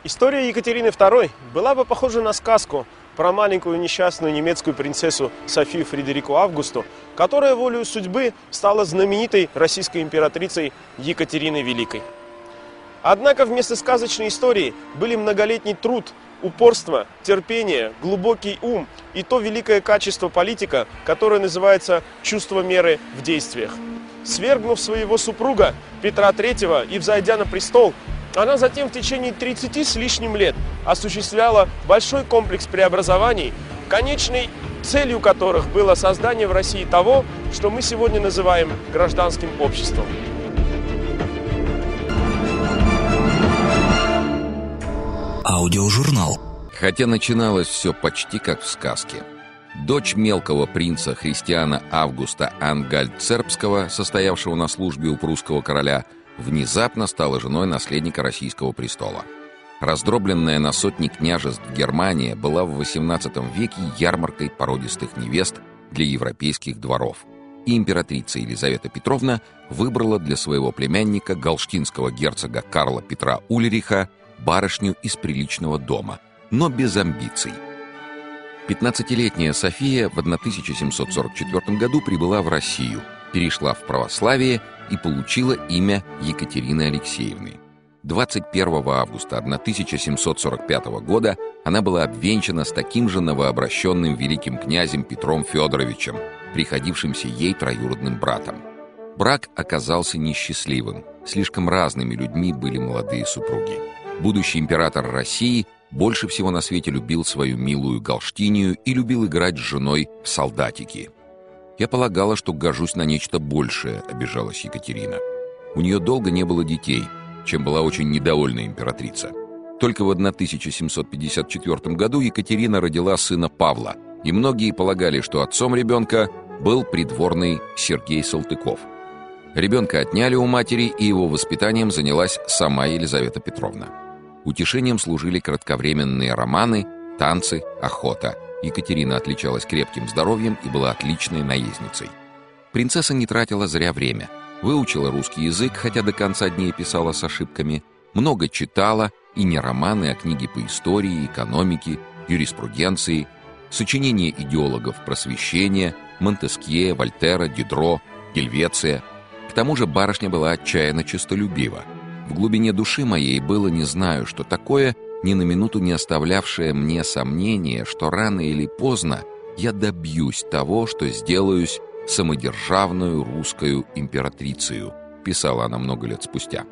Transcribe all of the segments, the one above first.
История Екатерины II была бы похожа на сказку про маленькую несчастную немецкую принцессу Софию Фредерику Августу, которая волею судьбы стала знаменитой российской императрицей Екатериной Великой. Однако вместо сказочной истории были многолетний труд, упорство, терпение, глубокий ум и то великое качество политика, которое называется чувство меры в действиях. Свергнув своего супруга Петра III и взойдя на престол, она затем в течение 30 с лишним лет осуществляла большой комплекс преобразований, конечной целью которых было создание в России того, что мы сегодня называем гражданским обществом. Аудиожурнал. Хотя начиналось все почти как в сказке. Дочь мелкого принца Христиана Августа Ангальцербского, состоявшего на службе у прусского короля, внезапно стала женой наследника российского престола. Раздробленная на сотни княжеств Германия была в XVIII веке ярмаркой породистых невест для европейских дворов, и императрица Елизавета Петровна выбрала для своего племянника галштинского герцога Карла Петра Ульриха барышню из приличного дома, но без амбиций. 15-летняя София в 1744 году прибыла в Россию, перешла в православие и получила имя Екатерины Алексеевны. 21 августа 1745 года она была обвенчана с таким же новообращенным великим князем Петром Федоровичем, приходившимся ей троюродным братом. Брак оказался несчастливым, слишком разными людьми были молодые супруги. Будущий император России больше всего на свете любил свою милую Галштинию и любил играть с женой в солдатики. «Я полагала, что гожусь на нечто большее», — обижалась Екатерина. У нее долго не было детей, чем была очень недовольна императрица. Только в 1754 году Екатерина родила сына Павла, и многие полагали, что отцом ребенка был придворный Сергей Салтыков. Ребенка отняли у матери, и его воспитанием занялась сама Елизавета Петровна. Утешением служили кратковременные романы, танцы, охота. Екатерина отличалась крепким здоровьем и была отличной наездницей. Принцесса не тратила зря время. Выучила русский язык, хотя до конца дней писала с ошибками. Много читала, и не романы, а книги по истории, экономике, юриспруденции, сочинения идеологов просвещения, Монтескье, Вольтера, Дидро, Гельвеция. К тому же барышня была отчаянно честолюбива. В глубине души моей было не знаю, что такое, ни на минуту не оставлявшее мне сомнения, что рано или поздно я добьюсь того, что сделаюсь самодержавную русскую императрицею, писала она много лет спустя.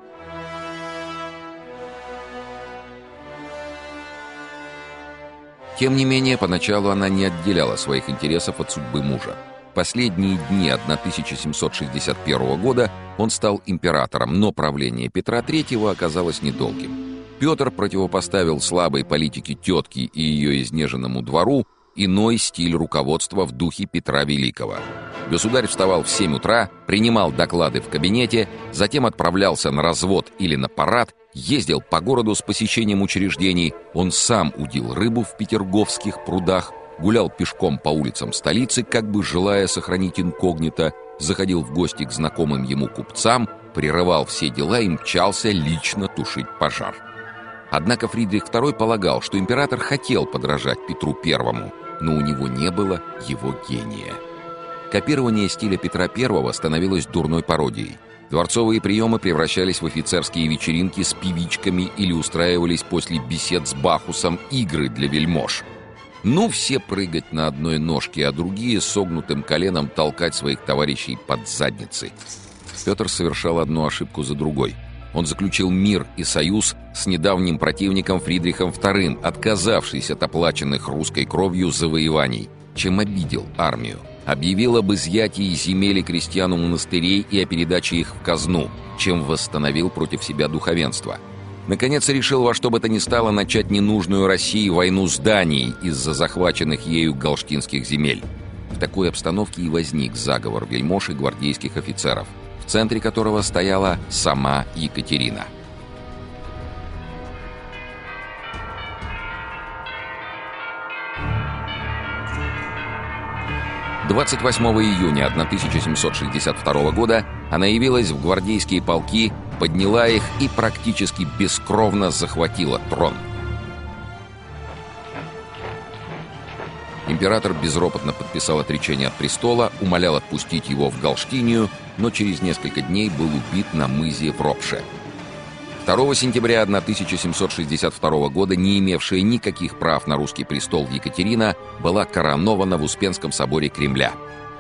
Тем не менее, поначалу она не отделяла своих интересов от судьбы мужа. Последние дни 1761 года он стал императором, но правление Петра III оказалось недолгим. Петр противопоставил слабой политике тетки и ее изнеженному двору иной стиль руководства в духе Петра Великого. Государь вставал в 7 утра, принимал доклады в кабинете, затем отправлялся на развод или на парад, ездил по городу с посещением учреждений, он сам удил рыбу в петерговских прудах, гулял пешком по улицам столицы, как бы желая сохранить инкогнито, заходил в гости к знакомым ему купцам, прерывал все дела и мчался лично тушить пожар. Однако Фридрих II полагал, что император хотел подражать Петру I, но у него не было его гения. Копирование стиля Петра I становилось дурной пародией. Дворцовые приемы превращались в офицерские вечеринки с певичками или устраивались после бесед с Бахусом игры для вельмож. Ну, все прыгать на одной ножке, а другие согнутым коленом толкать своих товарищей под задницы. Петр совершал одну ошибку за другой. Он заключил мир и союз с недавним противником Фридрихом II, отказавшись от оплаченных русской кровью завоеваний, чем обидел армию. Объявил об изъятии земель и крестьян у монастырей и о передаче их в казну, чем восстановил против себя духовенство. Наконец решил во что бы то ни стало начать ненужную России войну с Данией из-за захваченных ею галштинских земель. В такой обстановке и возник заговор вельмож и гвардейских офицеров, в центре которого стояла сама Екатерина. 28 июня 1762 года она явилась в гвардейские полки, подняла их и практически бескровно захватила трон. Император безропотно подписал отречение от престола, умолял отпустить его в Галштинию, но через несколько дней был убит на мызе в Ропше. 2 сентября 1762 года, не имевшая никаких прав на русский престол Екатерина, была коронована в Успенском соборе Кремля.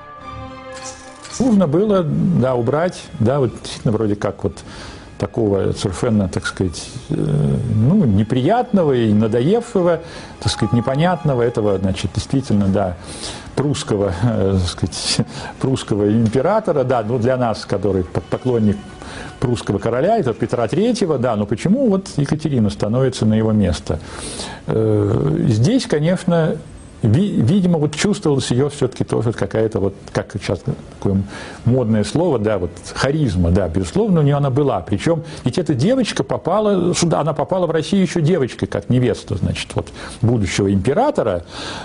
Нужно было, да, убрать, да, вот действительно вроде как вот такого совершенно, так сказать, ну, неприятного и надоевшего, так сказать, непонятного, этого, значит, действительно, да, прусского, так сказать, прусского императора, да, ну, для нас, который поклонник прусского короля, это Петра III, да, но почему вот Екатерина становится на его место? Здесь, конечно, видимо, вот чувствовалась ее все-таки тоже какая-то, вот, как сейчас такое модное слово, да, вот харизма, да, безусловно, у нее она была. Причем ведь эта девочка попала сюда, она попала в Россию еще девочкой, как невеста, значит, вот, будущего императора,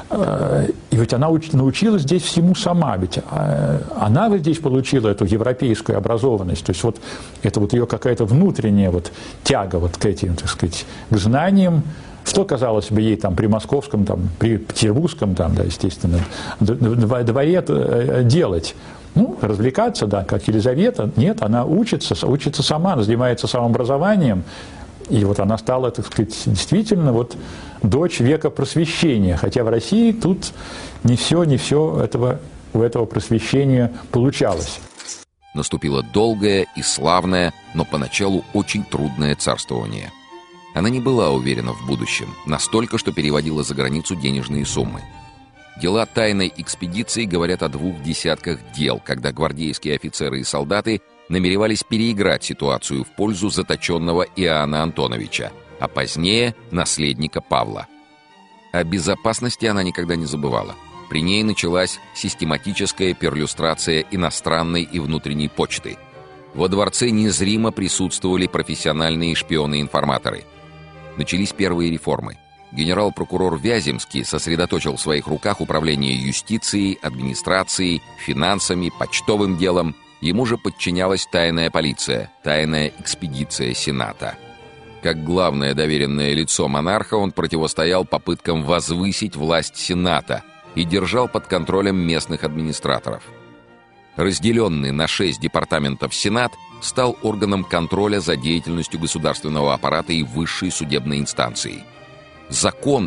и ведь она научилась здесь всему сама, ведь она вот здесь получила эту европейскую образованность, то есть вот это вот ее какая-то внутренняя вот тяга вот к этим, так сказать, к знаниям. Что казалось бы ей там при московском, там, при петербургском, там, да, естественно, дворе делать? Ну, развлекаться, да, как Елизавета. Нет, она учится сама, она занимается самообразованием. И вот она стала, так сказать, действительно вот дочь века просвещения. Хотя в России тут не все у этого просвещения получалось. Наступило долгое и славное, но поначалу очень трудное царствование. Она не была уверена в будущем, настолько, что переводила за границу денежные суммы. Дела тайной экспедиции говорят о 2 десятках дел, когда гвардейские офицеры и солдаты намеревались переиграть ситуацию в пользу заточенного Иоанна Антоновича, а позднее наследника Павла. О безопасности она никогда не забывала. При ней началась систематическая перлюстрация иностранной и внутренней почты. Во дворце незримо присутствовали профессиональные шпионы-информаторы. Начались первые реформы. Генерал-прокурор Вяземский сосредоточил в своих руках управление юстицией, администрацией, финансами, почтовым делом. Ему же подчинялась тайная полиция, тайная экспедиция Сената. Как главное доверенное лицо монарха он противостоял попыткам возвысить власть Сената и держал под контролем местных администраторов. Разделенный на 6 департаментов Сенат стал органом контроля за деятельностью государственного аппарата и высшей судебной инстанции. Закон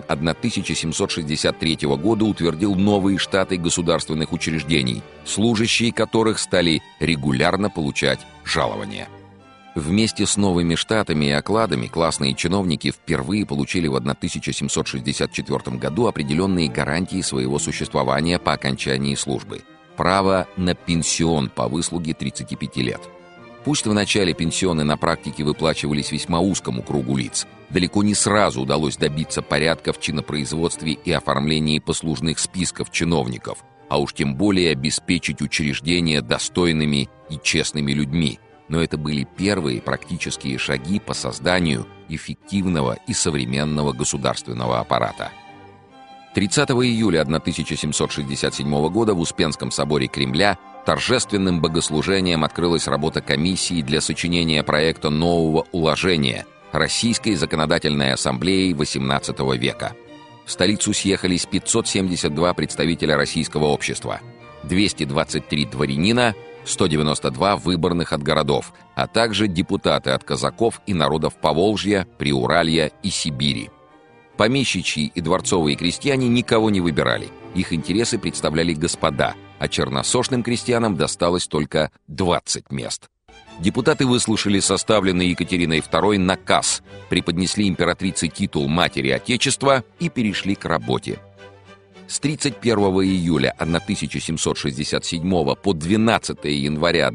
1763 года утвердил новые штаты государственных учреждений, служащие которых стали регулярно получать жалования. Вместе с новыми штатами и окладами классные чиновники впервые получили в 1764 году определенные гарантии своего существования по окончании службы. Право на пенсион по выслуге 35 лет. Пусть вначале пенсионы на практике выплачивались весьма узкому кругу лиц, далеко не сразу удалось добиться порядка в чинопроизводстве и оформлении послужных списков чиновников, а уж тем более обеспечить учреждения достойными и честными людьми. Но это были первые практические шаги по созданию эффективного и современного государственного аппарата. 30 июля 1767 года в Успенском соборе Кремля торжественным богослужением открылась работа комиссии для сочинения проекта нового уложения Российской законодательной ассамблеи XVIII века. В столицу съехались 572 представителя российского общества, 223 дворянина, 192 выборных от городов, а также депутаты от казаков и народов Поволжья, Приуралья и Сибири. Помещичьи и дворцовые крестьяне никого не выбирали. Их интересы представляли господа, а черносошным крестьянам досталось только 20 мест. Депутаты выслушали составленный Екатериной II наказ, преподнесли императрице титул Матери Отечества и перешли к работе. С 31 июля 1767 по 12 января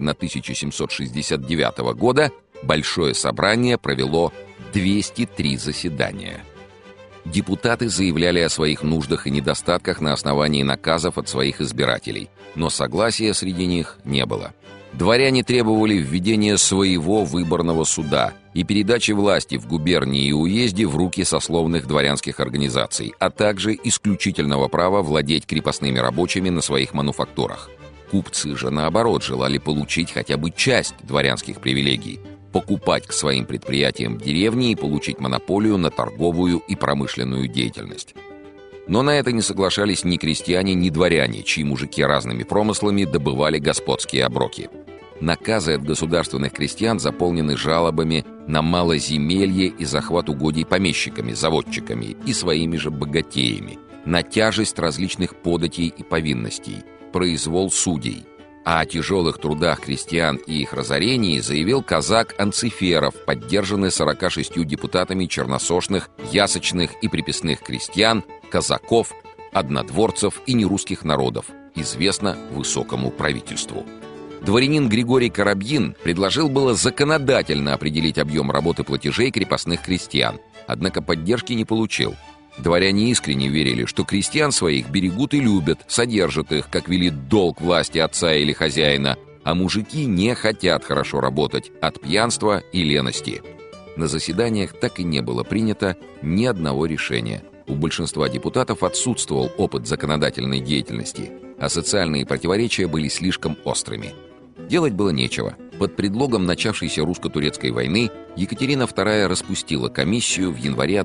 1769 года Большое собрание провело 203 заседания. Депутаты заявляли о своих нуждах и недостатках на основании наказов от своих избирателей, но согласия среди них не было. Дворяне требовали введения своего выборного суда и передачи власти в губернии и уезде в руки сословных дворянских организаций, а также исключительного права владеть крепостными рабочими на своих мануфактурах. Купцы же, наоборот, желали получить хотя бы часть дворянских привилегий, покупать к своим предприятиям деревни и получить монополию на торговую и промышленную деятельность. Но на это не соглашались ни крестьяне, ни дворяне, чьи мужики разными промыслами добывали господские оброки. Наказы от государственных крестьян заполнены жалобами на малоземелье и захват угодий помещиками, заводчиками и своими же богатеями, на тяжесть различных податей и повинностей, произвол судей. А о тяжелых трудах крестьян и их разорении заявил казак Анциферов, поддержанный 46 депутатами черносошных, ясочных и приписных крестьян, казаков, однодворцев и нерусских народов, известно высокому правительству. Дворянин Григорий Коробьин предложил было законодательно определить объем работы платежей крепостных крестьян, однако поддержки не получил. Дворяне искренне верили, что крестьян своих берегут и любят, содержат их, как велит долг власти отца или хозяина, а мужики не хотят хорошо работать от пьянства и лености. На заседаниях так и не было принято ни одного решения. У большинства депутатов отсутствовал опыт законодательной деятельности, а социальные противоречия были слишком острыми. Делать было нечего. Под предлогом начавшейся русско-турецкой войны Екатерина II распустила комиссию в январе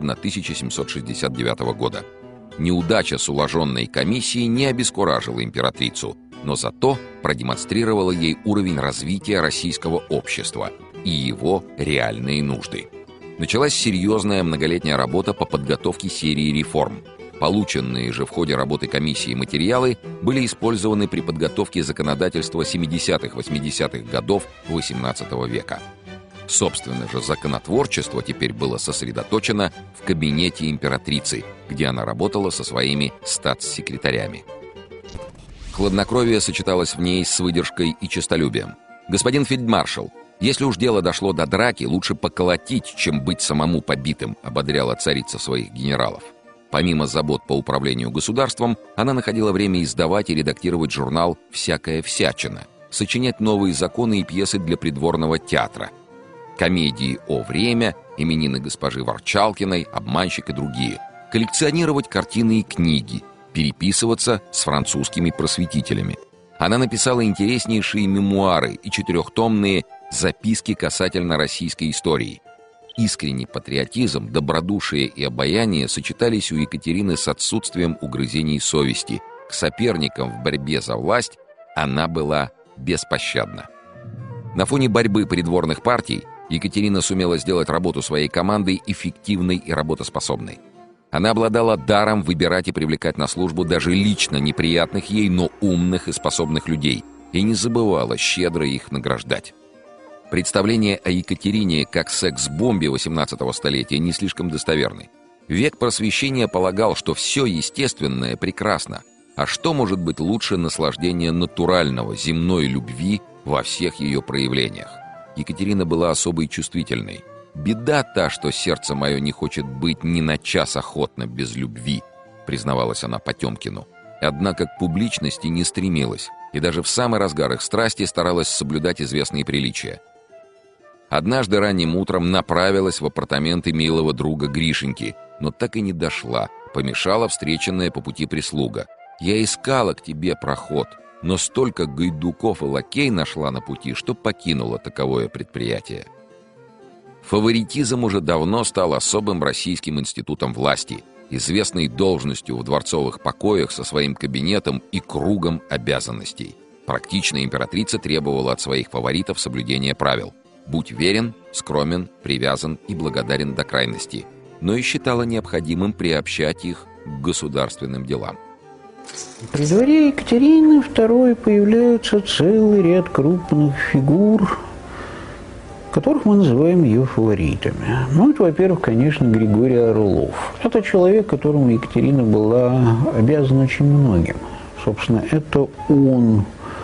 1769 года. Неудача с уложенной комиссией не обескуражила императрицу, но зато продемонстрировала ей уровень развития российского общества и его реальные нужды. Началась серьезная многолетняя работа по подготовке серии реформ. Полученные же в ходе работы комиссии материалы были использованы при подготовке законодательства 70-80-х годов XVIII века. Собственно же, законотворчество теперь было сосредоточено в кабинете императрицы, где она работала со своими статс-секретарями. Хладнокровие сочеталось в ней с выдержкой и честолюбием. «Господин фельдмаршал, если уж дело дошло до драки, лучше поколотить, чем быть самому побитым», ободряла царица своих генералов. Помимо забот по управлению государством, она находила время издавать и редактировать журнал «Всякая всячина», сочинять новые законы и пьесы для придворного театра, комедии «О время», «Именины госпожи Ворчалкиной», «Обманщик» и другие, коллекционировать картины и книги, переписываться с французскими просветителями. Она написала интереснейшие мемуары и 4-томные записки касательно российской истории. Искренний патриотизм, добродушие и обаяние сочетались у Екатерины с отсутствием угрызений совести. К соперникам в борьбе за власть она была беспощадна. На фоне борьбы придворных партий Екатерина сумела сделать работу своей команды эффективной и работоспособной. Она обладала даром выбирать и привлекать на службу даже лично неприятных ей, но умных и способных людей, и не забывала щедро их награждать. Представления о Екатерине как секс-бомбе XVIII столетия не слишком достоверны. Век просвещения полагал, что все естественное прекрасно, а что может быть лучше наслаждения натурального, земной любви во всех ее проявлениях? Екатерина была особой чувствительной. «Беда та, что сердце мое не хочет быть ни на час охотно без любви», признавалась она Потемкину. Однако к публичности не стремилась, и даже в самый разгар их страсти старалась соблюдать известные приличия. Однажды ранним утром направилась в апартаменты милого друга Гришеньки, но так и не дошла, помешала встреченная по пути прислуга. «Я искала к тебе проход, но столько гайдуков и лакей нашла на пути, что покинула таковое предприятие». Фаворитизм уже давно стал особым российским институтом власти, известной должностью в дворцовых покоях со своим кабинетом и кругом обязанностей. Практичная императрица требовала от своих фаворитов соблюдения правил. Будь верен, скромен, привязан и благодарен до крайности, но и считала необходимым приобщать их к государственным делам. При дворе Екатерины II появляется целый ряд крупных фигур, которых мы называем ее фаворитами. Ну, это, во-первых, конечно, Григорий Орлов. Это человек, которому Екатерина была обязана очень многим. Собственно, это он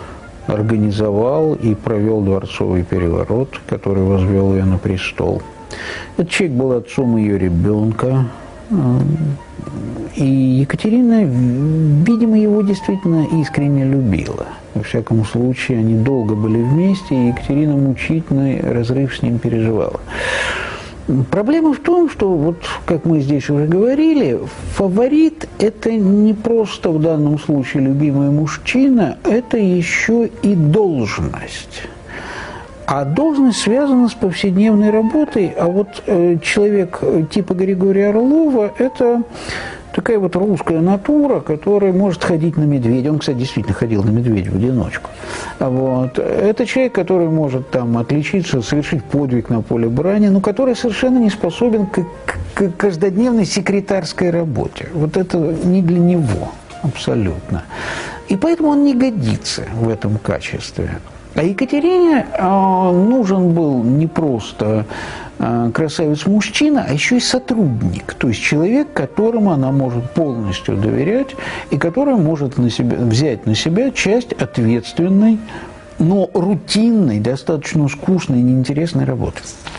организовал и провел дворцовый переворот, который возвел ее на престол. Этот человек был отцом ее ребенка, И Екатерина, видимо, его действительно искренне любила. Во всяком случае, они долго были вместе, и Екатерина мучительный разрыв с ним переживала. Проблема в том, что, вот, как мы здесь уже говорили, фаворит – это не просто в данном случае любимый мужчина, это еще и должность. А должность связана с повседневной работой, а вот человек типа Григория Орлова – это такая вот русская натура, которая может ходить на медведя. Он, кстати, действительно ходил на медведя в одиночку. Вот. Это человек, который может там отличиться, совершить подвиг на поле брани, но который совершенно не способен к каждодневной секретарской работе. Вот это не для него абсолютно. И поэтому он не годится в этом качестве. А Екатерине нужен был не просто красавец-мужчина, а еще и сотрудник, то есть человек, которому она может полностью доверять и который может взять на себя часть ответственной, но рутинной, достаточно скучной и неинтересной работы.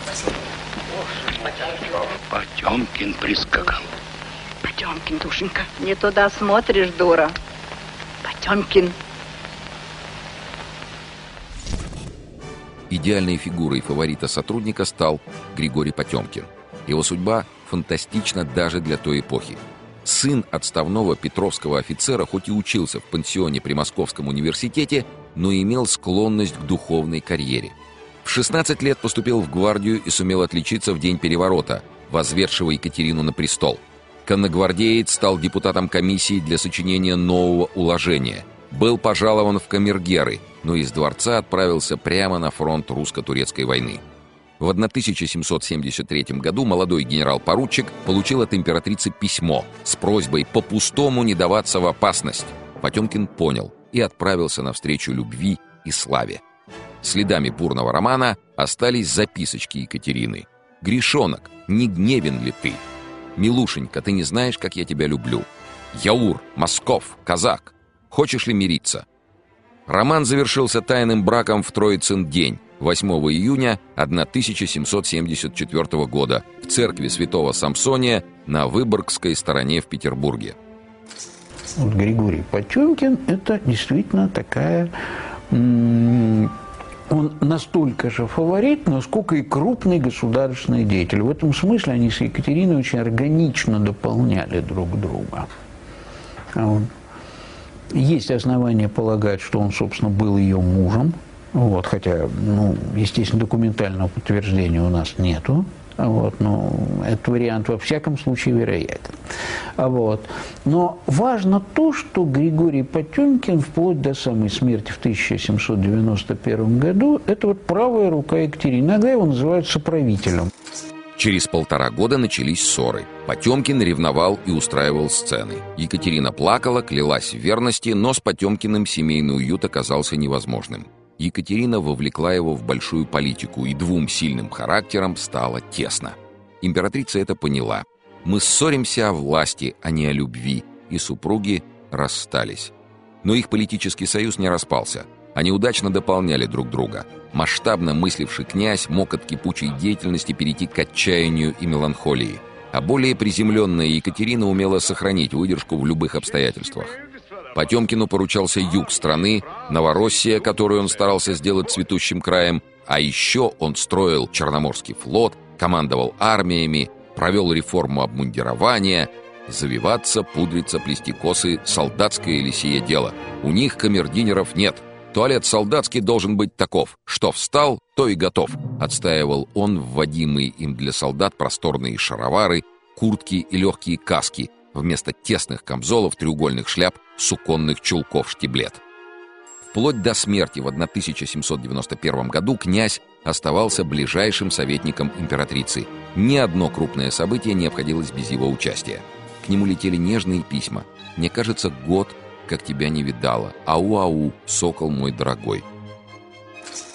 Потемкин прискакал. Потемкин, душенька, не туда смотришь, дура. Потемкин. Идеальной фигурой фаворита сотрудника стал Григорий Потемкин. Его судьба фантастична даже для той эпохи. Сын отставного петровского офицера хоть и учился в пансионе при Московском университете, но имел склонность к духовной карьере. В 16 лет поступил в гвардию и сумел отличиться в день переворота, возведшего Екатерину на престол. Конногвардеец стал депутатом комиссии для сочинения нового уложения. Был пожалован в камергеры, но из дворца отправился прямо на фронт русско-турецкой войны. В 1773 году молодой генерал-поручик получил от императрицы письмо с просьбой по-пустому не даваться в опасность. Потемкин понял и отправился навстречу любви и славе. Следами бурного романа остались записочки Екатерины. «Гришонок, не гневен ли ты? Милушенька, ты не знаешь, как я тебя люблю. Яур, Москов, казак. Хочешь ли мириться?» Роман завершился тайным браком в Троицын день, 8 июня 1774 года, в церкви святого Самсония на Выборгской стороне в Петербурге. Вот Григорий Потемкин – это действительно такая... Он настолько же фаворит, насколько и крупный государственный деятель. В этом смысле они с Екатериной очень органично дополняли друг друга. Есть основания полагать, что он, собственно, был ее мужем, вот, хотя, естественно, документального подтверждения у нас нету, вот, но этот вариант во всяком случае вероятен. Вот. Но важно то, что Григорий Потемкин вплоть до самой смерти в 1791 году – это вот правая рука Екатерины. Иногда его называют соправителем. Через 1,5 года начались ссоры. Потемкин ревновал и устраивал сцены. Екатерина плакала, клялась в верности, но с Потемкиным семейный уют оказался невозможным. Екатерина вовлекла его в большую политику, и двум сильным характерам стало тесно. Императрица это поняла. Мы ссоримся о власти, а не о любви, и супруги расстались. Но их политический союз не распался. Они удачно дополняли друг друга. Масштабно мысливший князь мог от кипучей деятельности перейти к отчаянию и меланхолии. А более приземленная Екатерина умела сохранить выдержку в любых обстоятельствах. Потемкину поручался юг страны, Новороссия, которую он старался сделать цветущим краем, а еще он строил Черноморский флот, командовал армиями, провел реформу обмундирования. Завиваться, пудриться, плести косы – солдатское или сие дело. У них камердинеров нет. Туалет солдатский должен быть таков: что встал, то и готов. Отстаивал он вводимые им для солдат просторные шаровары, куртки и легкие каски, вместо тесных камзолов, треугольных шляп, суконных чулков-штиблет. Вплоть до смерти в 1791 году князь оставался ближайшим советником императрицы. Ни одно крупное событие не обходилось без его участия. К нему летели нежные письма. «Мне кажется, год, как тебя не видала. Ау-ау, сокол мой дорогой».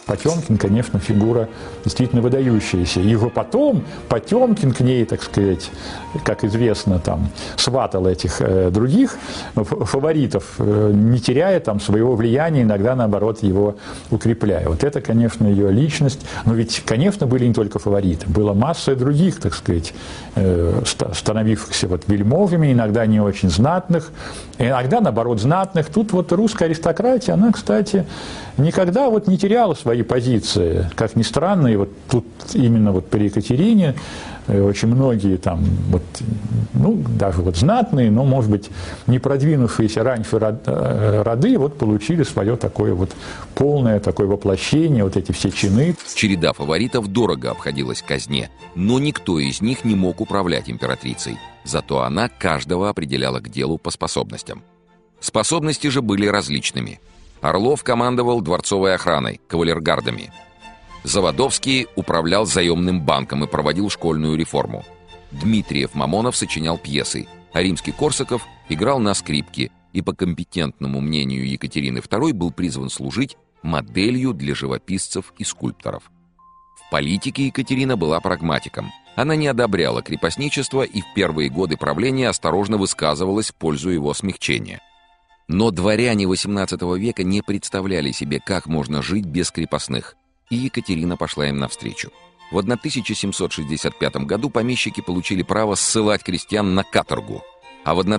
Потемкин, конечно, фигура действительно выдающаяся. И его потом Потемкин к ней, так сказать, как известно, там, сватал этих других фаворитов, не теряя там своего влияния, иногда, наоборот, его укрепляя. Вот это, конечно, ее личность. Но ведь, конечно, были не только фавориты. Была масса других, так сказать, становившихся вот вельможами, иногда не очень знатных, иногда, наоборот, знатных. Тут вот русская аристократия, она, кстати, никогда вот не теряла свои позиции. Как ни странно, и вот тут именно вот при Екатерине очень многие там, вот, ну, даже вот знатные, но, может быть, не продвинувшиеся раньше роды вот получили свое такое вот полное такое воплощение, вот эти все чины. Череда фаворитов дорого обходилась казне, но никто из них не мог управлять императрицей. Зато она каждого определяла к делу по способностям. Способности же были различными. Орлов командовал дворцовой охраной, кавалергардами. Заводовский управлял заемным банком и проводил школьную реформу. Дмитриев-Мамонов сочинял пьесы, а Римский-Корсаков играл на скрипке и, по компетентному мнению Екатерины II, был призван служить моделью для живописцев и скульпторов. В политике Екатерина была прагматиком. Она не одобряла крепостничество и в первые годы правления осторожно высказывалась в пользу его смягчения. Но дворяне XVIII века не представляли себе, как можно жить без крепостных, и Екатерина пошла им навстречу. В 1765 году помещики получили право ссылать крестьян на каторгу, а в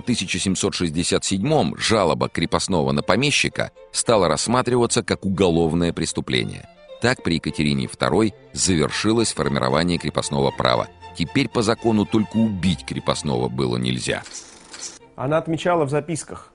1767 жалоба крепостного на помещика стала рассматриваться как уголовное преступление. Так при Екатерине II завершилось формирование крепостного права. Теперь по закону только убить крепостного было нельзя. Она отмечала в записках: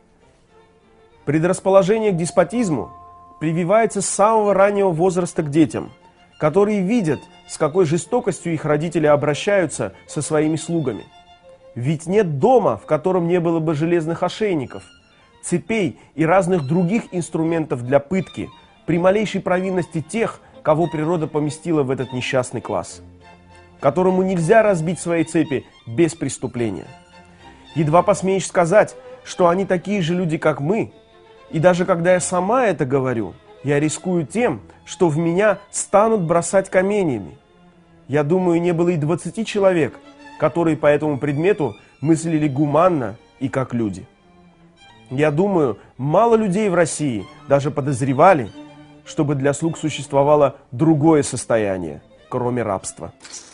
предрасположение к деспотизму прививается с самого раннего возраста к детям, которые видят, с какой жестокостью их родители обращаются со своими слугами. Ведь нет дома, в котором не было бы железных ошейников, цепей и разных других инструментов для пытки при малейшей провинности тех, кого природа поместила в этот несчастный класс, которому нельзя разбить свои цепи без преступления. Едва посмеешь сказать, что они такие же люди, как мы, и даже когда я сама это говорю, я рискую тем, что в меня станут бросать каменьями. Я думаю, не было и 20 человек, которые по этому предмету мыслили гуманно и как люди. Я думаю, мало людей в России даже подозревали, чтобы для слуг существовало другое состояние, кроме рабства.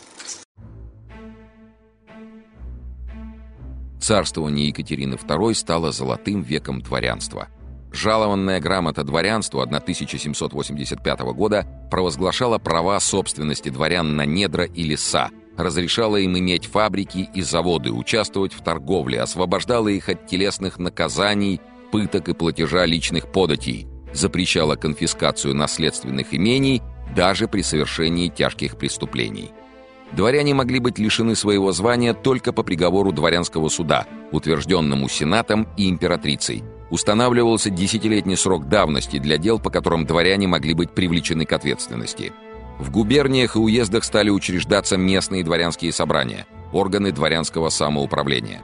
Царствование Екатерины II стало золотым веком дворянства. Жалованная грамота дворянству 1785 года провозглашала права собственности дворян на недра и леса, разрешала им иметь фабрики и заводы, участвовать в торговле, освобождала их от телесных наказаний, пыток и платежа личных податей, запрещала конфискацию наследственных имений даже при совершении тяжких преступлений. Дворяне могли быть лишены своего звания только по приговору дворянского суда, утвержденному Сенатом и императрицей. Устанавливался 10-летний срок давности для дел, по которым дворяне могли быть привлечены к ответственности. В губерниях и уездах стали учреждаться местные дворянские собрания, органы дворянского самоуправления.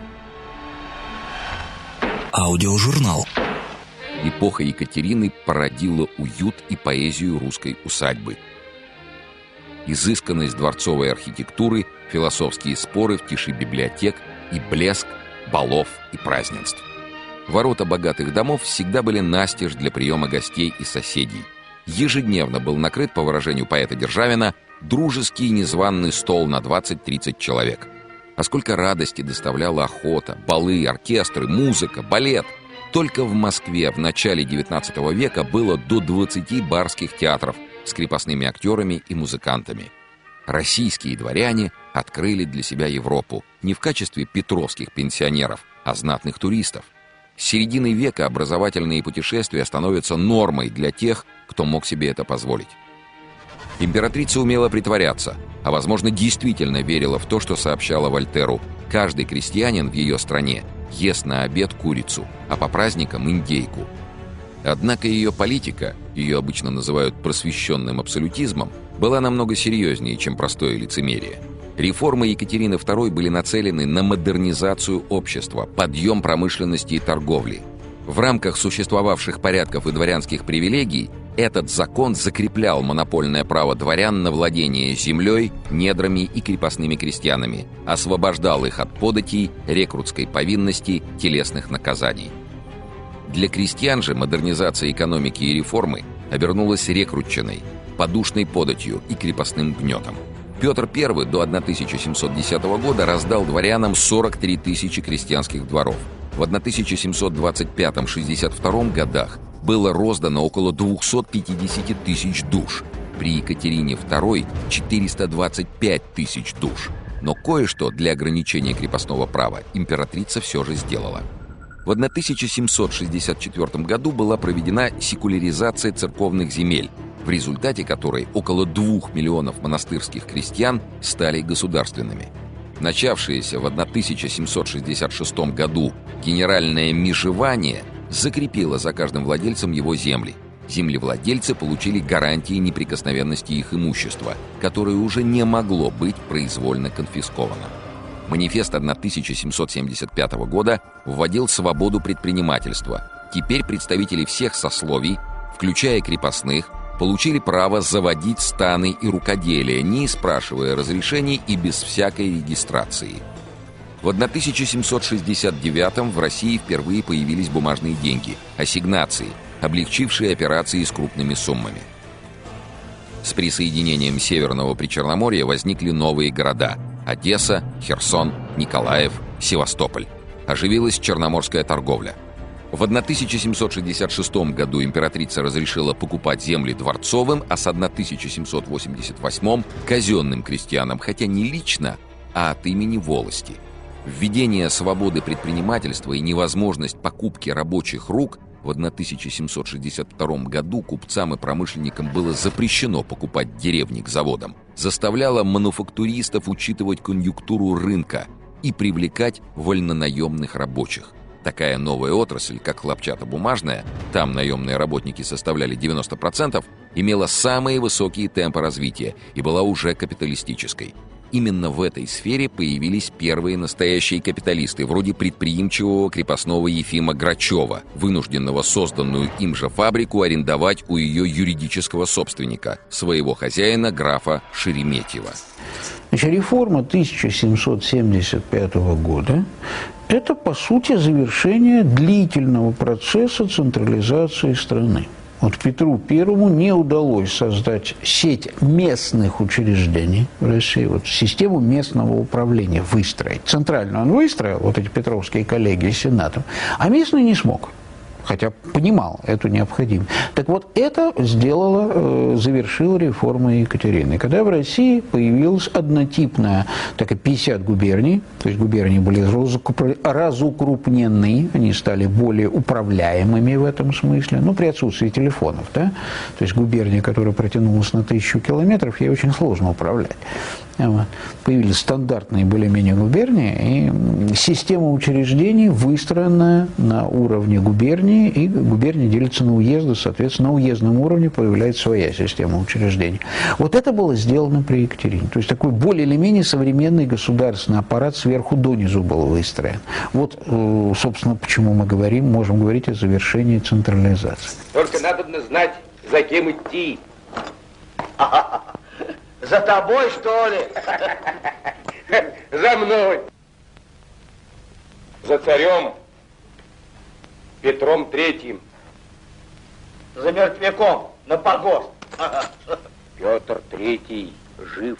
Аудиожурнал. Эпоха Екатерины породила уют и поэзию русской усадьбы. Изысканность дворцовой архитектуры, философские споры в тиши библиотек и блеск балов и празднеств. Ворота богатых домов всегда были настежь для приема гостей и соседей. Ежедневно был накрыт, по выражению поэта Державина, дружеский незваный стол на 20-30 человек. А сколько радости доставляла охота, балы, оркестры, музыка, балет. Только в Москве в начале XIX века было до 20 барских театров с крепостными актерами и музыкантами. Российские дворяне открыли для себя Европу не в качестве петровских пенсионеров, а знатных туристов. С середины века образовательные путешествия становятся нормой для тех, кто мог себе это позволить. Императрица умела притворяться, а, возможно, действительно верила в то, что сообщала Вольтеру: каждый крестьянин в ее стране ест на обед курицу, а по праздникам индейку. Однако ее политика, ее обычно называют просвещенным абсолютизмом, была намного серьезнее, чем простое лицемерие. Реформы Екатерины II были нацелены на модернизацию общества, подъем промышленности и торговли. В рамках существовавших порядков и дворянских привилегий Этот закон закреплял монопольное право дворян на владение землей, недрами и крепостными крестьянами, освобождал их от податей, рекрутской повинности, телесных наказаний. Для крестьян же модернизация экономики и реформы обернулась рекрутчиной, подушной податью и крепостным гнетом. Петр I до 1710 года раздал дворянам 43 тысячи крестьянских дворов. В 1725-62 годах было роздано около 250 тысяч душ. При Екатерине II – 425 тысяч душ. Но кое-что для ограничения крепостного права императрица все же сделала. В 1764 году была проведена секуляризация церковных земель, в результате которой около 2 миллионов монастырских крестьян стали государственными. Начавшееся в 1766 году генеральное межевание закрепило за каждым владельцем его земли. Землевладельцы получили гарантии неприкосновенности их имущества, которое уже не могло быть произвольно конфисковано. Манифест 1775 года вводил свободу предпринимательства. Теперь представители всех сословий, включая крепостных, получили право заводить станы и рукоделия, не спрашивая разрешений и без всякой регистрации. В 1769 в России впервые появились бумажные деньги, ассигнации, облегчившие операции с крупными суммами. С присоединением Северного Причерноморья возникли новые города – Одесса, Херсон, Николаев, Севастополь. Оживилась черноморская торговля. В 1766 году императрица разрешила покупать земли дворцовым, а с 1788 – казенным крестьянам, хотя не лично, а от имени волости. Введение свободы предпринимательства и невозможность покупки рабочих рук в 1762 году купцам и промышленникам было запрещено покупать деревни к заводам, заставляло мануфактуристов учитывать конъюнктуру рынка и привлекать вольнонаемных рабочих. Такая новая отрасль, как хлопчатобумажная, там наемные работники составляли 90%, имела самые высокие темпы развития и была уже капиталистической. Именно в этой сфере появились первые настоящие капиталисты, вроде предприимчивого крепостного Ефима Грачева, вынужденного созданную им же фабрику арендовать у ее юридического собственника, своего хозяина графа Шереметьева. Значит, реформа 1775 года – это, по сути, завершение длительного процесса централизации страны. Вот Петру Первому не удалось создать сеть местных учреждений в России, вот систему местного управления выстроить. Центральную он выстроил, вот эти петровские коллегии с Сенатом, а местную не смог. Хотя понимал эту необходимость. Так вот, это завершила реформа Екатерины. Когда в России появилась однотипная, так и 50 губерний, то есть губернии были разукрупнены, они стали более управляемыми в этом смысле, ну, при отсутствии телефонов, да? То есть губерния, которая протянулась на 1000 километров, ей очень сложно управлять. Вот. Появились стандартные более-менее губернии, и система учреждений выстроена на уровне губернии, и губерния делится на уезды, соответственно, на уездном уровне появляется своя система учреждений. Вот это было сделано при Екатерине. То есть такой более или менее современный государственный аппарат сверху донизу был выстроен. Вот, собственно, почему мы можем говорить о завершении централизации. Только надо знать, за кем идти. За тобой, что ли? За мной. За царем Петром Третьим. За мертвяком на погост. Петр Третий жив.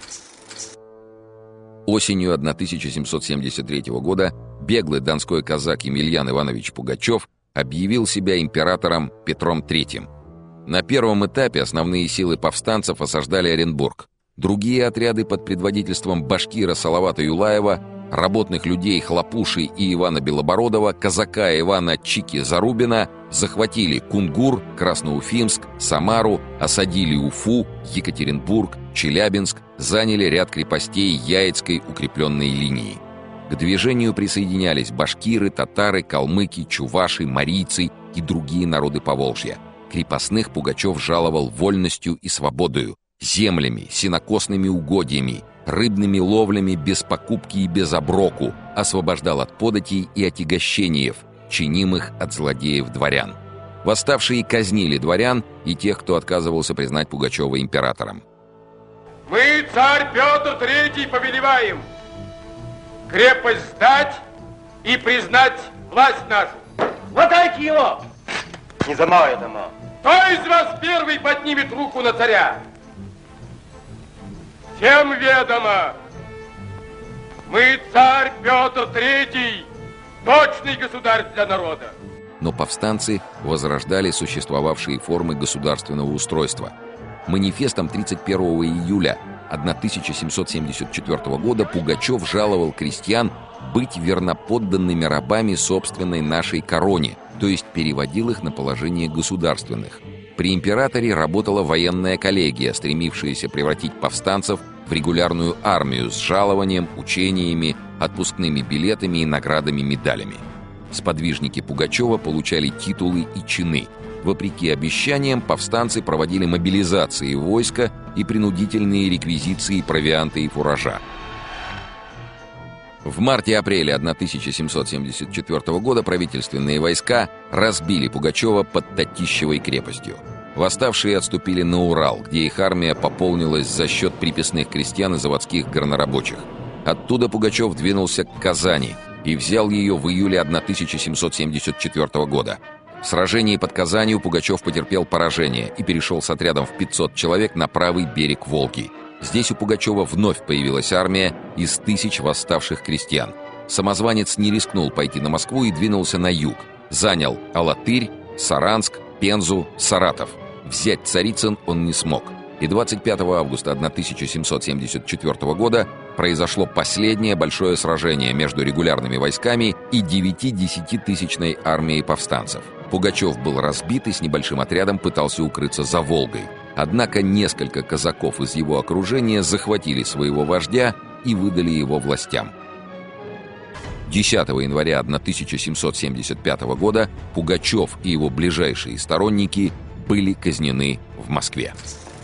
Осенью 1773 года беглый донской казак Емельян Иванович Пугачев объявил себя императором Петром Третьим. На первом этапе основные силы повстанцев осаждали Оренбург. Другие отряды под предводительством башкира Салавата Юлаева, работных людей Хлопуши и Ивана Белобородова, казака Ивана Чики Зарубина захватили Кунгур, Красноуфимск, Самару, осадили Уфу, Екатеринбург, Челябинск, заняли ряд крепостей Яицкой укрепленной линии. К движению присоединялись башкиры, татары, калмыки, чуваши, марийцы и другие народы Поволжья. Крепостных Пугачев жаловал вольностью и свободою, землями, сенокосными угодьями, рыбными ловлями без покупки и без оброку, освобождал от податей и отягощениев, чинимых от злодеев-дворян. Восставшие казнили дворян и тех, кто отказывался признать Пугачева императором. Мы, царь Петр III, повелеваем крепость сдать и признать власть нашу. Хватайте его! Не за малое дома. Кто из вас первый поднимет руку на царя? Всем ведомо, мы, царь Петр III, точный государь для народа. Но повстанцы возрождали существовавшие формы государственного устройства. Манифестом 31 июля 1774 года Пугачев жаловал крестьян быть верноподданными рабами собственной нашей короне, то есть переводил их на положение государственных. При императоре работала военная коллегия, стремившаяся превратить повстанцев в регулярную армию с жалованием, учениями, отпускными билетами и наградами-медалями. Сподвижники Пугачева получали титулы и чины. Вопреки обещаниям, повстанцы проводили мобилизации войска и принудительные реквизиции провианта и фуража. В марте-апреле 1774 года правительственные войска разбили Пугачева под Татищевой крепостью. Восставшие отступили на Урал, где их армия пополнилась за счет приписных крестьян и заводских горнорабочих. Оттуда Пугачев двинулся к Казани и взял ее в июле 1774 года. В сражении под Казанью Пугачев потерпел поражение и перешел с отрядом в 500 человек на правый берег Волги. Здесь у Пугачева вновь появилась армия из 1000 восставших крестьян. Самозванец не рискнул пойти на Москву и двинулся на юг. Занял Алатырь, Саранск, Пензу, Саратов. Взять Царицын он не смог. И 25 августа 1774 года произошло последнее большое сражение между регулярными войсками и 9-10-тысячной армией повстанцев. Пугачев был разбит и с небольшим отрядом пытался укрыться за Волгой. Однако несколько казаков из его окружения захватили своего вождя и выдали его властям. 10 января 1775 года Пугачев и его ближайшие сторонники были казнены в Москве.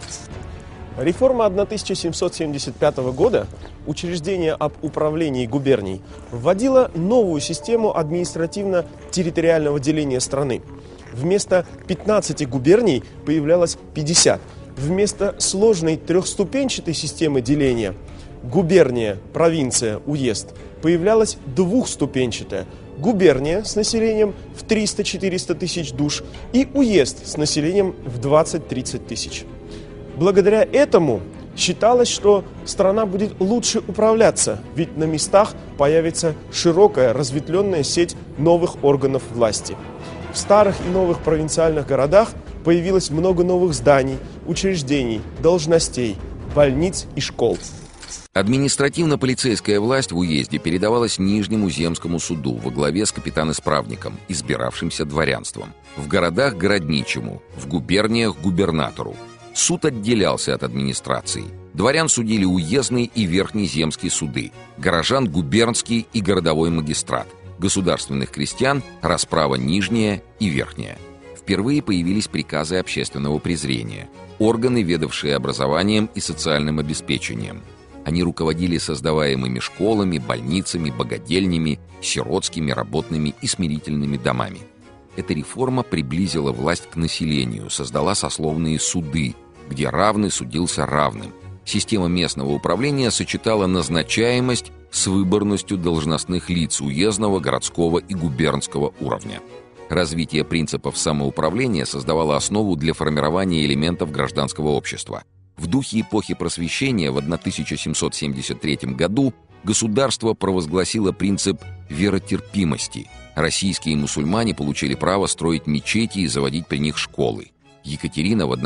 Реформа 1775 года, учреждение об управлении губерний, вводила новую систему административно-территориального деления страны. Вместо 15 губерний появлялось 50. Вместо сложной трехступенчатой системы деления губерния, провинция, уезд появлялась двухступенчатая. Губерния с населением в 300-400 тысяч душ и уезд с населением в 20-30 тысяч. Благодаря этому считалось, что страна будет лучше управляться, ведь на местах появится широкая разветвленная сеть новых органов власти. В старых и новых провинциальных городах появилось много новых зданий, учреждений, должностей, больниц и школ. Административно-полицейская власть в уезде передавалась Нижнему земскому суду во главе с капитан-исправником, избиравшимся дворянством. В городах – городничему, в губерниях – губернатору. Суд отделялся от администрации. Дворян судили уездный и верхний земские суды, горожан – губернский и городовой магистрат, государственных крестьян – расправа нижняя и верхняя. Впервые появились приказы общественного презрения, органы, ведавшие образованием и социальным обеспечением. Они руководили создаваемыми школами, больницами, богадельнями, сиротскими, работными и смирительными домами. Эта реформа приблизила власть к населению, создала сословные суды, где равный судился равным. Система местного управления сочетала назначаемость с выборностью должностных лиц уездного, городского и губернского уровня. Развитие принципов самоуправления создавало основу для формирования элементов гражданского общества. В духе эпохи Просвещения в 1773 году государство провозгласило принцип веротерпимости. Российские мусульмане получили право строить мечети и заводить при них школы. Екатерина в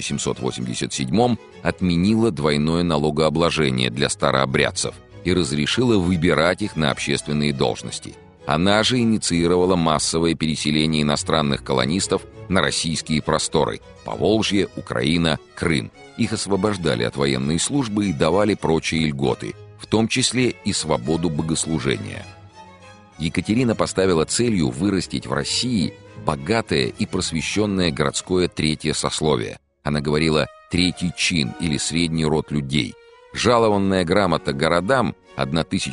1787 отменила двойное налогообложение для старообрядцев и разрешила выбирать их на общественные должности. Она же инициировала массовое переселение иностранных колонистов на российские просторы – Поволжье, Украина, Крым. Их освобождали от военной службы и давали прочие льготы, в том числе и свободу богослужения. Екатерина поставила целью вырастить в России богатое и просвещенное городское третье сословие. Она говорила «третий чин» или «средний род людей». Жалованная грамота городам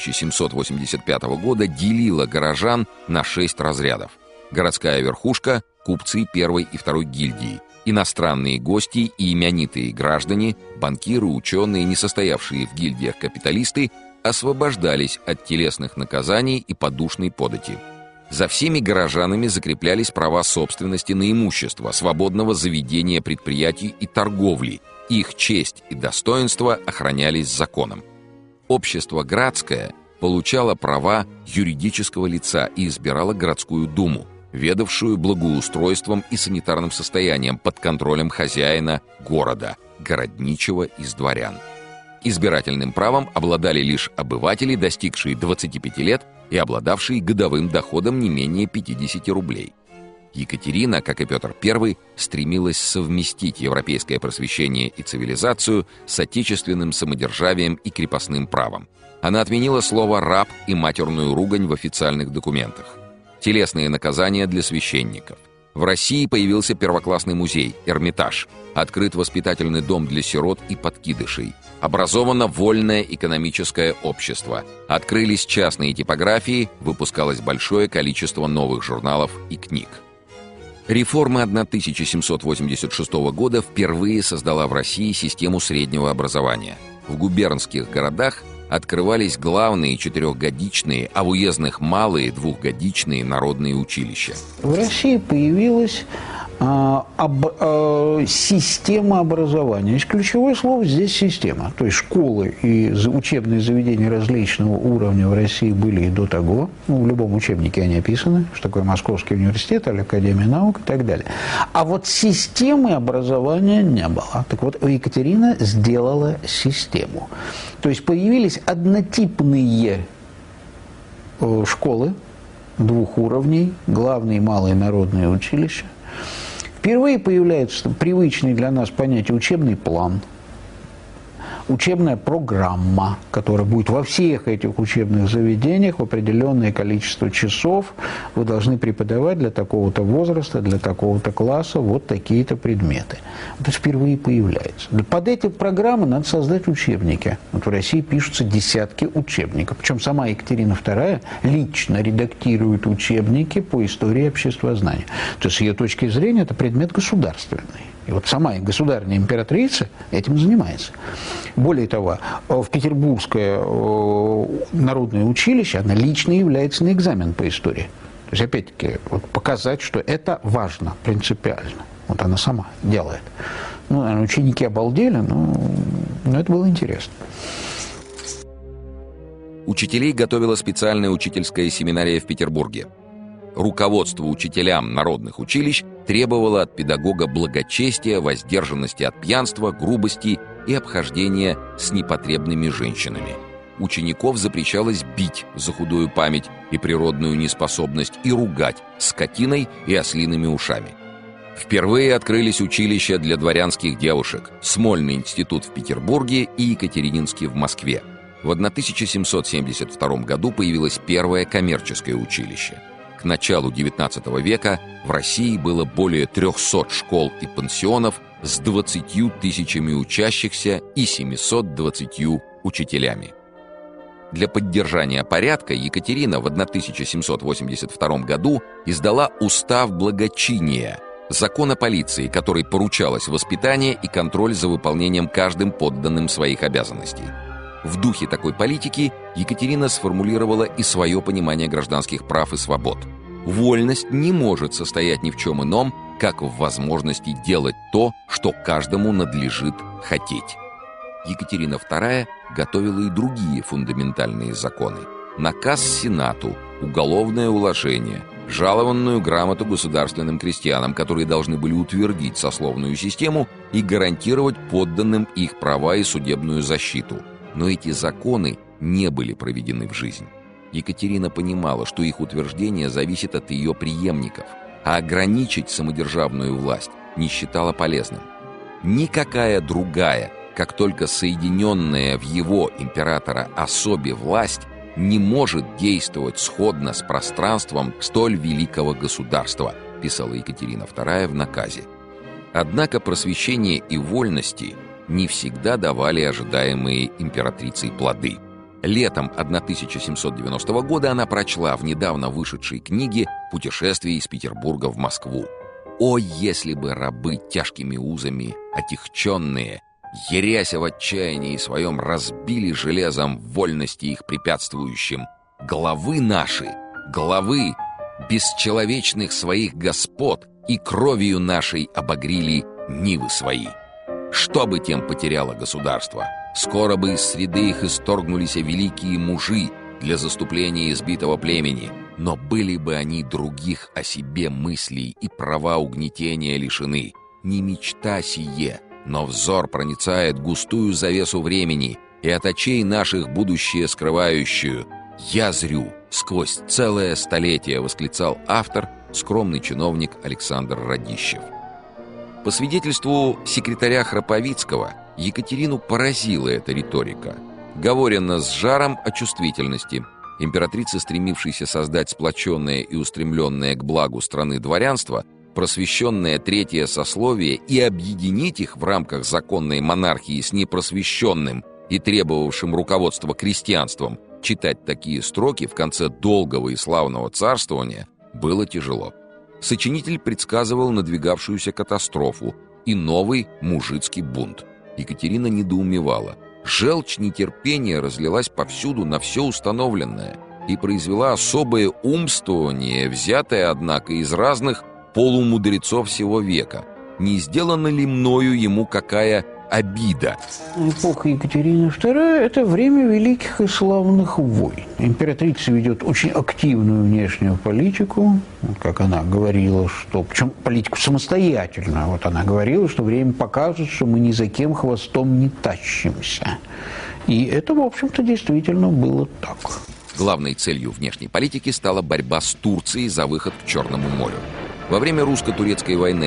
1785 года делила горожан на 6 разрядов. Городская верхушка, купцы первой и второй гильдии, иностранные гости и именитые граждане, банкиры, ученые, не состоявшие в гильдиях капиталисты, освобождались от телесных наказаний и подушной подати. За всеми горожанами закреплялись права собственности на имущество, свободного заведения предприятий и торговли. Их честь и достоинство охранялись законом. Общество градское получало права юридического лица и избирало городскую думу, ведавшую благоустройством и санитарным состоянием под контролем хозяина города, городничего из дворян. Избирательным правом обладали лишь обыватели, достигшие 25 лет и обладавшие годовым доходом не менее 50 рублей. Екатерина, как и Петр I, стремилась совместить европейское просвещение и цивилизацию с отечественным самодержавием и крепостным правом. Она отменила слово «раб» и матерную ругань в официальных документах. Телесные наказания для священников. В России появился первоклассный музей «Эрмитаж», открыт воспитательный дом для сирот и подкидышей, образовано вольное экономическое общество, открылись частные типографии, выпускалось большое количество новых журналов и книг. Реформа 1786 года впервые создала в России систему среднего образования. В губернских городах открывались главные 4-годичные, а в уездных малые 2-годичные народные училища. В России появилась система образования. Здесь ключевое слово здесь система. То есть школы и учебные заведения различного уровня в России были и до того. В любом учебнике они описаны, что такое Московский университет, Академия наук и так далее. А вот системы образования не было. Так вот, Екатерина сделала систему. То есть появились однотипные школы 2 уровней, главные и малые народные училища. Впервые появляется привычный для нас понятие учебный план, учебная программа, которая будет во всех этих учебных заведениях в определенное количество часов. Вы должны преподавать для такого-то возраста, для такого-то класса вот такие-то предметы. Это впервые появляется. Под эти программы надо создать учебники. Вот в России пишутся десятки учебников. Причем сама Екатерина II лично редактирует учебники по истории обществознания. То есть с ее точки зрения это предмет государственный. И вот сама государственная императрица этим занимается. Более того, в Петербургское народное училище она лично является на экзамен по истории. То есть, опять-таки, вот показать, что это важно, принципиально. Вот она сама делает. Ну, наверное, ученики обалдели, но это было интересно. Учителей готовила специальная учительская семинария в Петербурге. Руководство учителям народных училищ требовало от педагога благочестия, воздержанности от пьянства, грубости и обхождения с непотребными женщинами. Учеников запрещалось бить за худую память и природную неспособность и ругать скотиной и ослиными ушами. Впервые открылись училища для дворянских девушек, Смольный институт в Петербурге и Екатерининский в Москве. В 1772 году появилось первое коммерческое училище. К началу XIX века в России было более 300 школ и пансионов с 20 тысячами учащихся и 720 учителями. Для поддержания порядка Екатерина в 1782 году издала Устав благочиния, закон о полиции, который поручалось воспитание и контроль за выполнением каждым подданным своих обязанностей. В духе такой политики Екатерина сформулировала и свое понимание гражданских прав и свобод. Вольность не может состоять ни в чем ином, как в возможности делать то, что каждому надлежит хотеть. Екатерина II готовила и другие фундаментальные законы. Наказ Сенату, уголовное уложение, жалованную грамоту государственным крестьянам, которые должны были утвердить сословную систему и гарантировать подданным их права и судебную защиту. Но эти законы не были проведены в жизнь. Екатерина понимала, что их утверждение зависит от ее преемников, а ограничить самодержавную власть не считала полезным. Никакая другая, как только соединенная в его, императора, особе власть, не может действовать сходно с пространством столь великого государства, писала Екатерина II в наказе. Однако просвещение и вольности не всегда давали ожидаемые императрицей плоды. Летом 1790 года она прочла в недавно вышедшей книге «Путешествие из Петербурга в Москву». О, если бы рабы тяжкими узами отягченные, еряся в отчаянии своем, разбили железом вольности их препятствующим головы наши, головы бесчеловечных своих господ, и кровью нашей обогрели нивы свои. Что бы тем потеряло государство? Скоро бы из среды их исторгнулись великие мужи для заступления избитого племени, но были бы они других о себе мыслей и права угнетения лишены. Не мечта сие, но взор проницает густую завесу времени и от очей наших будущее скрывающую. «Я зрю сквозь целое столетие», — восклицал автор, скромный чиновник Александр Радищев. По свидетельству секретаря Храповицкого, Екатерину поразила эта риторика. Говорено с жаром о чувствительности. Императрица, стремившаяся создать сплоченное и устремленное к благу страны дворянство, просвещенное третье сословие, и объединить их в рамках законной монархии с непросвещенным и требовавшим руководства крестьянством, читать такие строки в конце долгого и славного царствования было тяжело. Сочинитель предсказывал надвигавшуюся катастрофу и новый мужицкий бунт. Екатерина недоумевала. Желчь нетерпения разлилась повсюду на все установленное и произвела особое умствование, взятое, однако, из разных полумудрецов всего века. Не сделана ли мною ему какая обида? Эпоха Екатерины II – это время великих и славных войн. Императрица ведет очень активную внешнюю политику, как она говорила, что, причем политику самостоятельно. Вот она говорила, что время покажет, что мы ни за кем хвостом не тащимся. И это, в общем-то, действительно было так. Главной целью внешней политики стала борьба с Турцией за выход к Черному морю. Во время русско-турецкой войны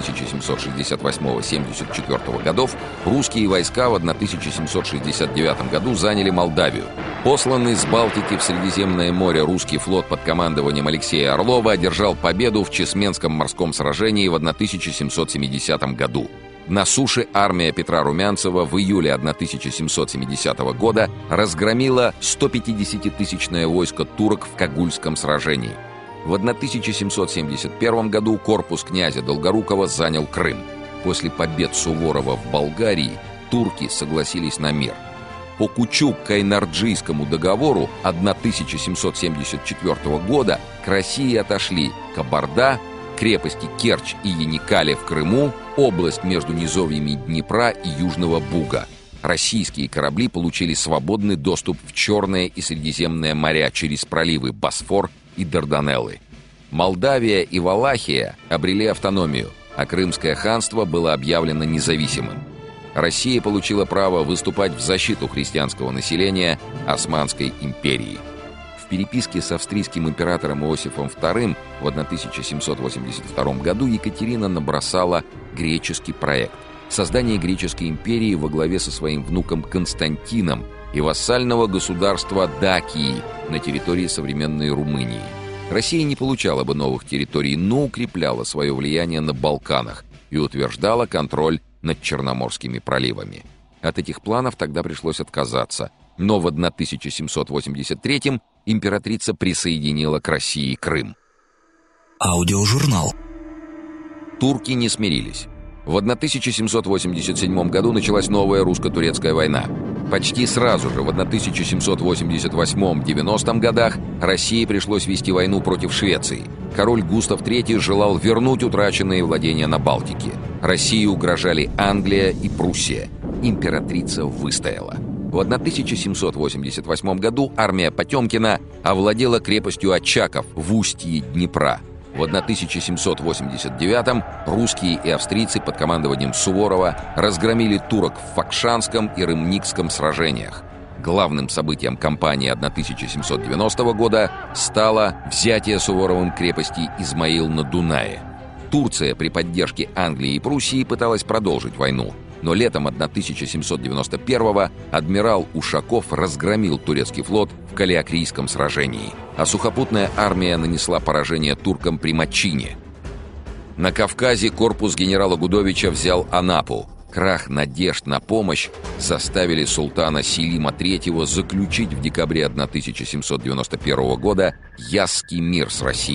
1768-74 годов русские войска в 1769 году заняли Молдавию. Посланный с Балтики в Средиземное море русский флот под командованием Алексея Орлова одержал победу в Чесменском морском сражении в 1770 году. На суше армия Петра Румянцева в июле 1770 года разгромила 150-тысячное войско турок в Кагульском сражении. В 1771 году корпус князя Долгорукова занял Крым. После побед Суворова в Болгарии турки согласились на мир. По Кучук-Кайнарджийскому договору 1774 года к России отошли Кабарда, крепости Керчь и Яникале в Крыму, область между низовьями Днепра и Южного Буга. Российские корабли получили свободный доступ в Черное и Средиземное моря через проливы Босфор и Дарданеллы. Молдавия и Валахия обрели автономию, а Крымское ханство было объявлено независимым. Россия получила право выступать в защиту христианского населения Османской империи. В переписке с австрийским императором Иосифом II в 1782 году Екатерина набросала греческий проект – создание греческой империи во главе со своим внуком Константином и вассального государства Дакии на территории современной Румынии. Россия не получала бы новых территорий, но укрепляла свое влияние на Балканах и утверждала контроль над Черноморскими проливами. От этих планов тогда пришлось отказаться, но в 1783-м императрица присоединила к России Крым. Аудиожурнал. Турки не смирились. В 1787 году началась новая русско-турецкая война. Почти сразу же, в 1788-90 годах, России пришлось вести войну против Швеции. Король Густав III желал вернуть утраченные владения на Балтике. России угрожали Англия и Пруссия. Императрица выстояла. В 1788 году армия Потемкина овладела крепостью Очаков в устье Днепра. В 1789-м русские и австрийцы под командованием Суворова разгромили турок в Факшанском и Рымникском сражениях. Главным событием кампании 1790 года стало взятие Суворовым крепости Измаил на Дунае. Турция при поддержке Англии и Пруссии пыталась продолжить войну, но летом 1791-го адмирал Ушаков разгромил турецкий флот в Калиакрийском сражении, а сухопутная армия нанесла поражение туркам при Мачине. На Кавказе корпус генерала Гудовича взял Анапу. Крах надежд на помощь заставили султана Селима III заключить в декабре 1791 года Ясский мир с Россией.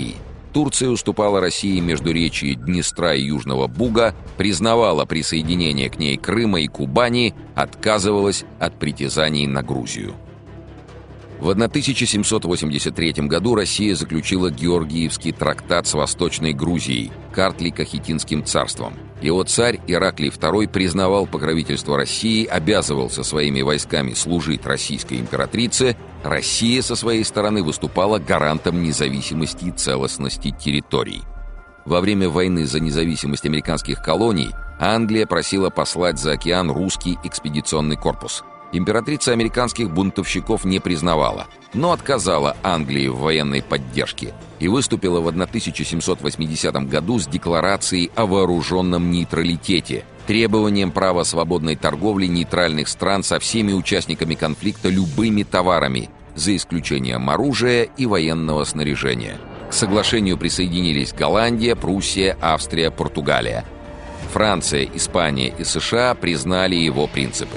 Турция уступала России междуречье Днестра и Южного Буга, признавала присоединение к ней Крыма и Кубани, отказывалась от притязаний на Грузию. В 1783 году Россия заключила Георгиевский трактат с Восточной Грузией, Картлико-Хитинским царством. Его царь Ираклий II признавал покровительство России, обязывался своими войсками служить российской императрице. Россия со своей стороны выступала гарантом независимости и целостности территорий. Во время войны за независимость американских колоний Англия просила послать за океан русский экспедиционный корпус. Императрица американских бунтовщиков не признавала, но отказала Англии в военной поддержке и выступила в 1780 году с декларацией о вооруженном нейтралитете, требованием права свободной торговли нейтральных стран со всеми участниками конфликта любыми товарами, за исключением оружия и военного снаряжения. К соглашению присоединились Голландия, Пруссия, Австрия, Португалия. Франция, Испания и США признали его принципы.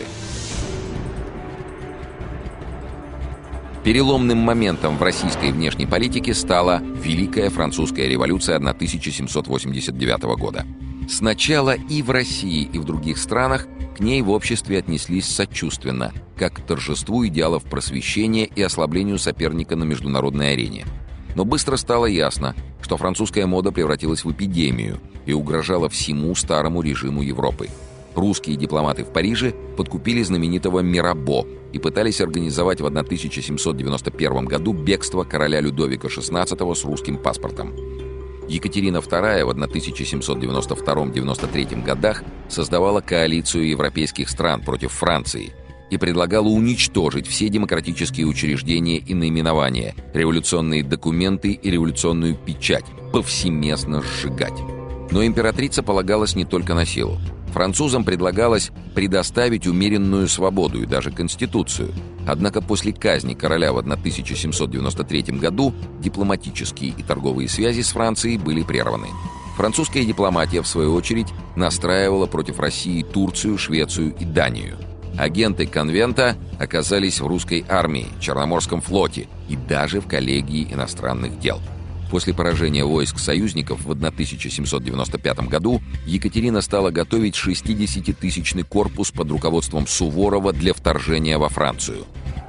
Переломным моментом в российской внешней политике стала Великая Французская революция 1789 года. Сначала и в России, и в других странах к ней в обществе отнеслись сочувственно, как к торжеству идеалов просвещения и ослаблению соперника на международной арене. Но быстро стало ясно, что французская мода превратилась в эпидемию и угрожала всему старому режиму Европы. Русские дипломаты в Париже подкупили знаменитого Мирабо и пытались организовать в 1791 году бегство короля Людовика XVI с русским паспортом. Екатерина II в 1792-93 годах создавала коалицию европейских стран против Франции и предлагала уничтожить все демократические учреждения и наименования, революционные документы и революционную печать, повсеместно сжигать. Но императрица полагалась не только на силу. Французам предлагалось предоставить умеренную свободу и даже конституцию. Однако после казни короля в 1793 году дипломатические и торговые связи с Францией были прерваны. Французская дипломатия, в свою очередь, настраивала против России Турцию, Швецию и Данию. Агенты конвента оказались в русской армии, Черноморском флоте и даже в коллегии иностранных дел. После поражения войск союзников в 1795 году Екатерина стала готовить 60-тысячный корпус под руководством Суворова для вторжения во Францию.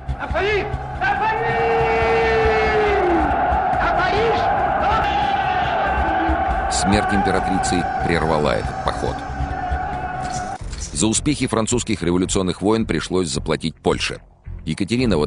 Смерть императрицы прервала этот поход. За успехи французских революционных войн пришлось заплатить Польше. Екатерина в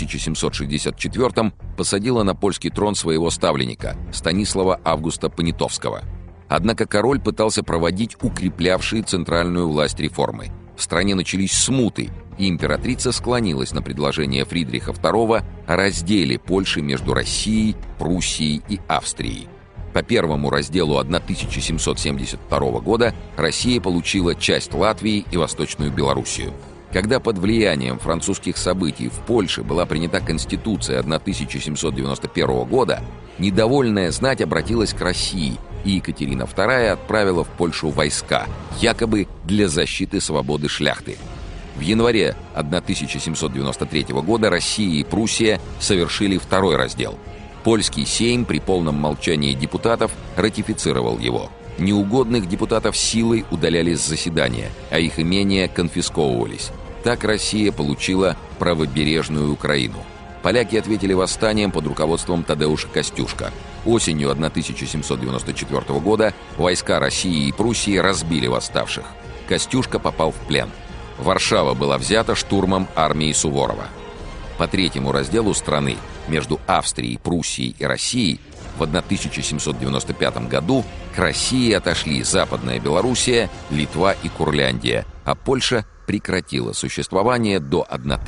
1764-м посадила на польский трон своего ставленника, Станислава Августа Понятовского. Однако король пытался проводить укреплявшие центральную власть реформы. В стране начались смуты, и императрица склонилась на предложение Фридриха II о разделе Польши между Россией, Пруссией и Австрией. По первому разделу 1772 года Россия получила часть Латвии и Восточную Белоруссию. Когда под влиянием французских событий в Польше была принята Конституция 1791 года, недовольная знать обратилась к России, и Екатерина II отправила в Польшу войска, якобы для защиты свободы шляхты. В январе 1793 года Россия и Пруссия совершили второй раздел. Польский Сейм при полном молчании депутатов ратифицировал его. Неугодных депутатов силой удаляли с заседания, а их имения конфисковывались. Так Россия получила правобережную Украину. Поляки ответили восстанием под руководством Тадеуша Костюшка. Осенью 1794 года войска России и Пруссии разбили восставших. Костюшка попал в плен. Варшава была взята штурмом армии Суворова. По третьему разделу страны между Австрией, Пруссией и Россией в 1795 году к России отошли Западная Белоруссия, Литва и Курляндия, а Польша прекратила существование до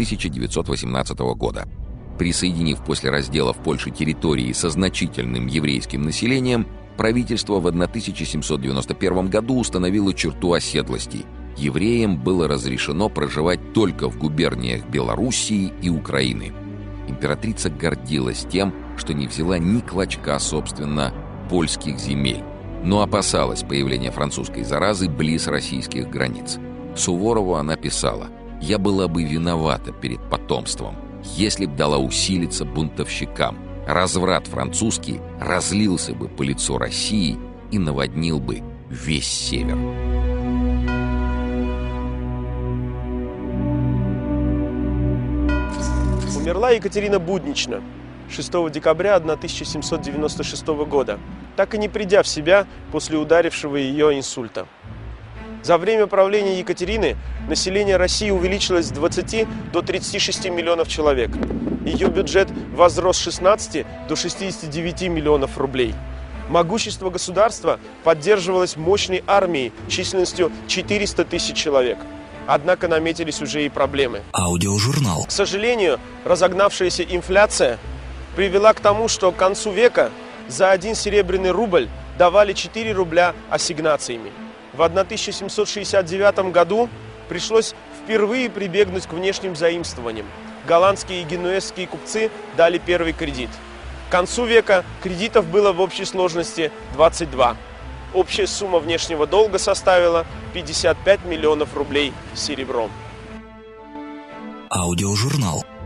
1918 года. Присоединив после раздела в Польше территории со значительным еврейским населением, правительство в 1791 году установило черту оседлости. Евреям было разрешено проживать только в губерниях Белоруссии и Украины. Императрица гордилась тем, что не взяла ни клочка, собственно, польских земель, но опасалась появления французской заразы близ российских границ. Суворову она писала: «Я была бы виновата перед потомством, если б дала усилиться бунтовщикам, Разврат французский разлился бы по лицу России и наводнил бы весь север. Умерла Екатерина буднично 6 декабря 1796 года, так и не придя в себя после ударившего ее инсульта. За время правления Екатерины население России увеличилось с 20 до 36 миллионов человек. Ее бюджет возрос с 16 до 69 миллионов рублей. Могущество государства поддерживалось мощной армией численностью 400 тысяч человек. Однако наметились уже и проблемы. Аудиожурнал. К сожалению, разогнавшаяся инфляция привела к тому, что к концу века за 1 серебряный рубль давали 4 рубля ассигнациями. В 1769 году пришлось впервые прибегнуть к внешним заимствованиям. Голландские и генуэзские купцы дали первый кредит. К концу века кредитов было в общей сложности 22. Общая сумма внешнего долга составила 55 миллионов рублей серебром. Аудиожурнал.